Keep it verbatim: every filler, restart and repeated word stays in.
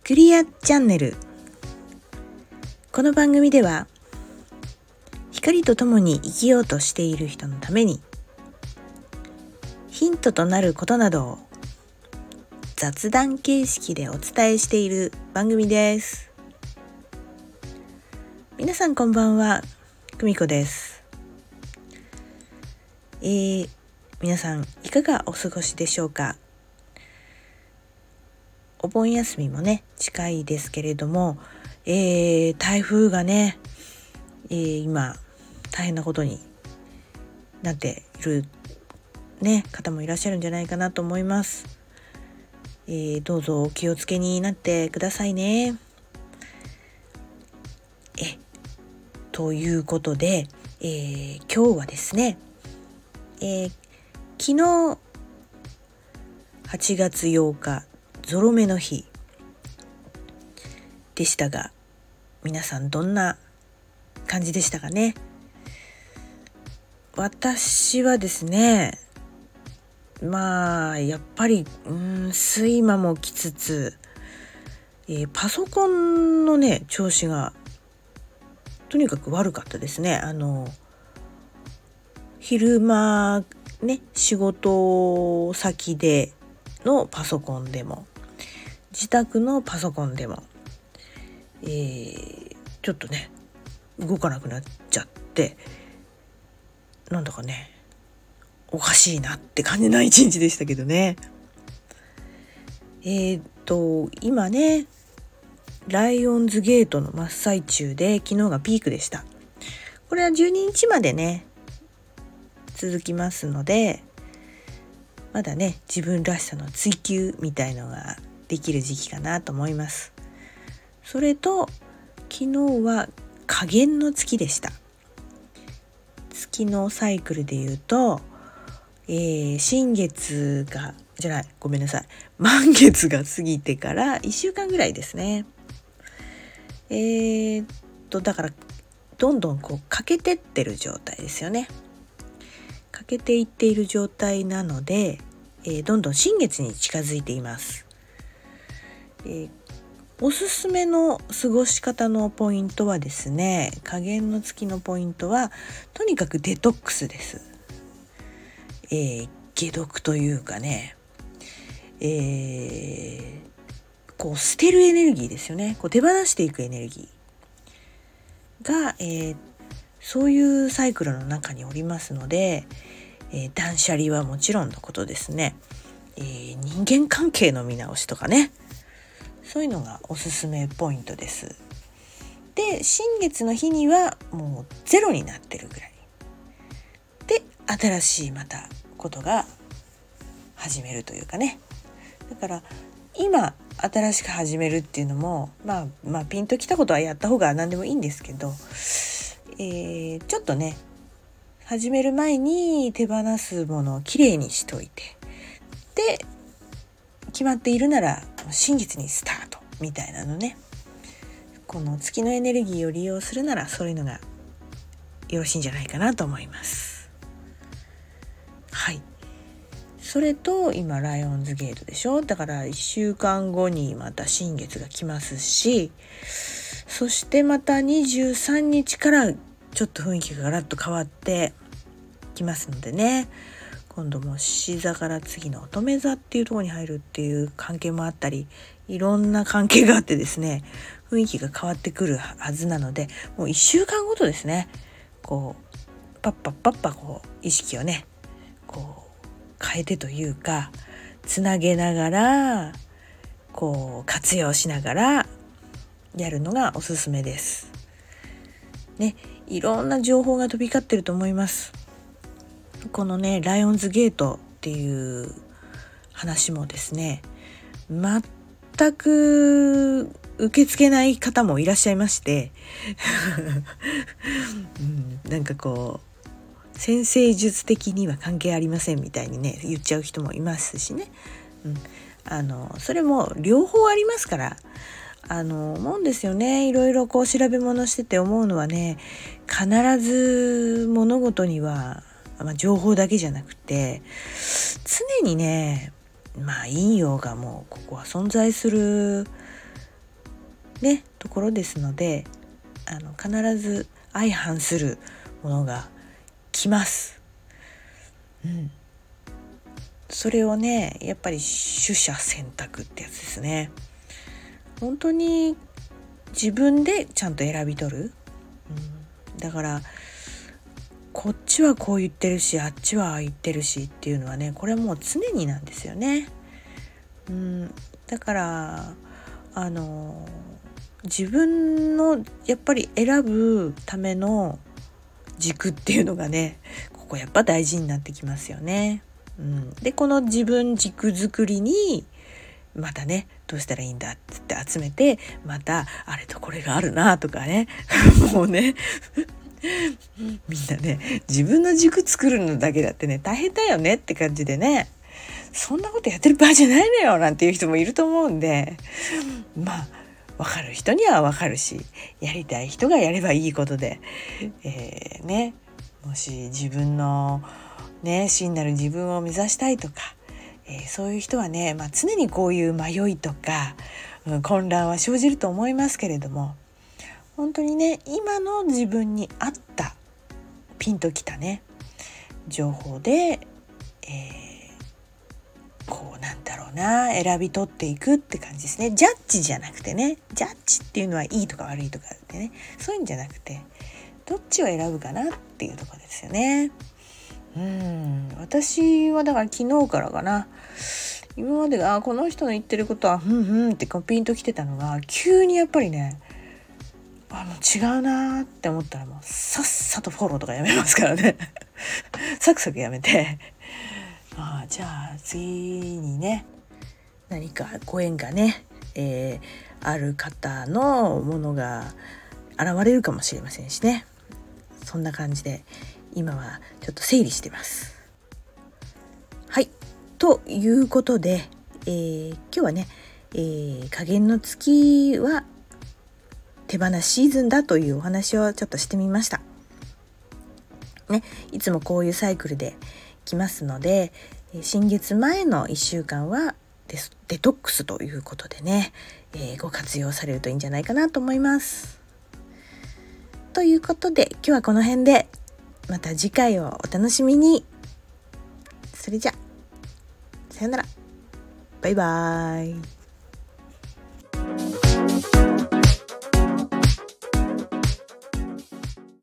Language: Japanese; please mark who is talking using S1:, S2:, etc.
S1: クリアチャンネル。この番組では光とともに生きようとしている人のためにヒントとなることなどを雑談形式でお伝えしている番組です。皆さんこんばんは、久美子です。えー、皆さんいかがお過ごしでしょうか。お盆休みもね近いですけれども、えー、台風がね、えー、今大変なことになっている、ね、方もいらっしゃるんじゃないかなと思います。えー、どうぞお気をつけになってくださいね。えということで、えー、今日はですね、えー、昨日はちがつようかゾロ目の日でしたが、皆さんどんな感じでしたかね。私はですね、まあやっぱりうーん睡魔もきつつ、えー、パソコンのね調子がとにかく悪かったですね。あの昼間ね仕事先でのパソコンでも自宅のパソコンでも、えー、ちょっとね動かなくなっちゃって、なんだかねおかしいなって感じな一日でしたけどね。えー、っと今ねライオンズゲートの真っ最中で、昨日がピークでした。これはじゅうににちまでね続きますので、まだね自分らしさの追求みたいのができる時期かなと思います。それと昨日は下弦の月でした。月のサイクルでいうと、えー、新月がじゃないごめんなさい満月が過ぎてからいっしゅうかんぐらいですね。えー、っとだからどんどんこう欠けてってる状態ですよね。欠けていっている状態なので、えー、どんどん新月に近づいています。えー、おすすめの過ごし方のポイントはですね、下弦の月のポイントはとにかくデトックスです。えー、解毒というかね、えー、こう捨てるエネルギーですよね。こう手放していくエネルギーが、えー、そういうサイクルの中におりますので、えー、断捨離はもちろんのことですね、えー、人間関係の見直しとかね、そういうのがおすすめポイントです。で、新月の日にはもうゼロになってるぐらいで、新しいまたことが始めるというかね。だから今新しく始めるっていうのも、まあまあピンときたことはやった方が何でもいいんですけど、えー、ちょっとね始める前に手放すものをきれいにしといて、で決まっているなら新月にスタートみたいなのね、この月のエネルギーを利用するならそういうのがよろしいんじゃないかなと思います。はい。それと今ライオンズゲートでしょ。だからいっしゅうかんごにまた新月が来ますし、そしてまたにじゅうさんにちからちょっと雰囲気がガラッと変わってきますのでね、今度も獅子座から次の乙女座っていうところに入るっていう関係もあったり、いろんな関係があってですね、雰囲気が変わってくるはずなので、もういっしゅうかんごとですね、こうパッパッパッパこう意識をねこう変えてというかつなげながらこう活用しながらやるのがおすすめですね。いろんな情報が飛び交ってると思います。このねライオンズゲートっていう話もですね、全く受け付けない方もいらっしゃいまして、うん、なんかこう占星術的には関係ありませんみたいにね言っちゃう人もいますしね、うん、あのそれも両方ありますから、あの思うんですよね。いろいろこう調べ物してて思うのはね、必ず物事には、まあ、情報だけじゃなくて常にねまあ陰陽がもうここは存在するねところですので、あの必ず相反するものが来ます。うん、それをねやっぱり取捨選択ってやつですね。本当に自分でちゃんと選び取る、うん、だからこっちはこう言ってるしあっちはああ言ってるしっていうのはね、これはもう常になんですよね。うん、だからあの自分のやっぱり選ぶための軸っていうのがね、ここやっぱ大事になってきますよね。うん、でこの自分軸作りにまたねどうしたらいいんだって集めて、またあれとこれがあるなとかねもうねみんなね自分の軸作るのだけだってね大変だよねって感じでね、そんなことやってる場合じゃないのよなんていう人もいると思うんで、まあ分かる人には分かるし、やりたい人がやればいいことで、えー、ねもし自分のね真なる自分を目指したいとか、えー、そういう人はね、まあ、常にこういう迷いとか、うん、混乱は生じると思いますけれども、本当にね今の自分に合ったピンときたね情報で、えー、こうなんだろうな選び取っていくって感じですね。ジャッジじゃなくてね、ジャッジっていうのはいいとか悪いとかってね、そういうんじゃなくてどっちを選ぶかなっていうところですよね。うん、私はだから昨日からかな、今までがこの人の言ってることはふんふんってこうピンときてたのが、急にやっぱりねあの違うなって思ったらもうさっさとフォローとかやめますからねサクサクやめて、ああじゃあ次にね何かご縁がね、えー、ある方のものが現れるかもしれませんしね、そんな感じで今はちょっと整理してます。はい、ということで、えー、今日はね、えー、加減の月は手放しシーズンだというお話をちょっとしてみました。ね、いつもこういうサイクルで来ますので、新月前のいっしゅうかんはデスデトックスということでね、えー、ご活用されるといいんじゃないかなと思います。ということで今日はこの辺で、また次回をお楽しみに。それじゃさよなら、バイバーイ。